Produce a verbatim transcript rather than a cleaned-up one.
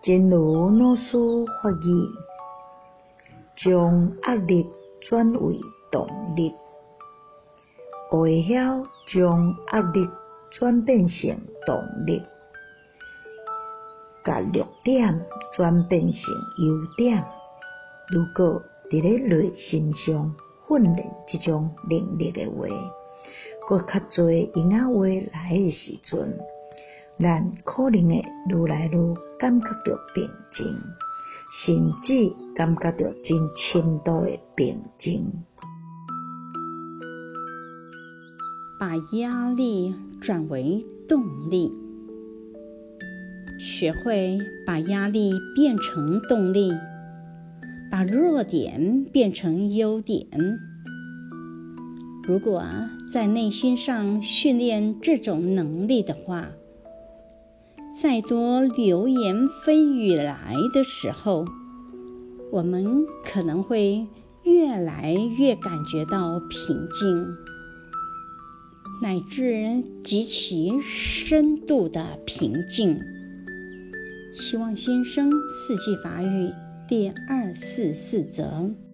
真如老师法语，将压力转为动力，学会晓将压力转变成动力，把弱点转变成优点。如果伫咧内心上训练这种能力的话，搁较多婴仔话来的时阵，咱可能会愈来愈感觉到平静，甚至感觉到真深度的平静。 把压力转为动力，学会把压力变成动力，把弱点变成优点。如果在内心上训练这种能力的话，再多流言蜚语来的时候，我们可能会越来越感觉到平静，乃至极其深度的平静。希望新生四季法语第二四四则。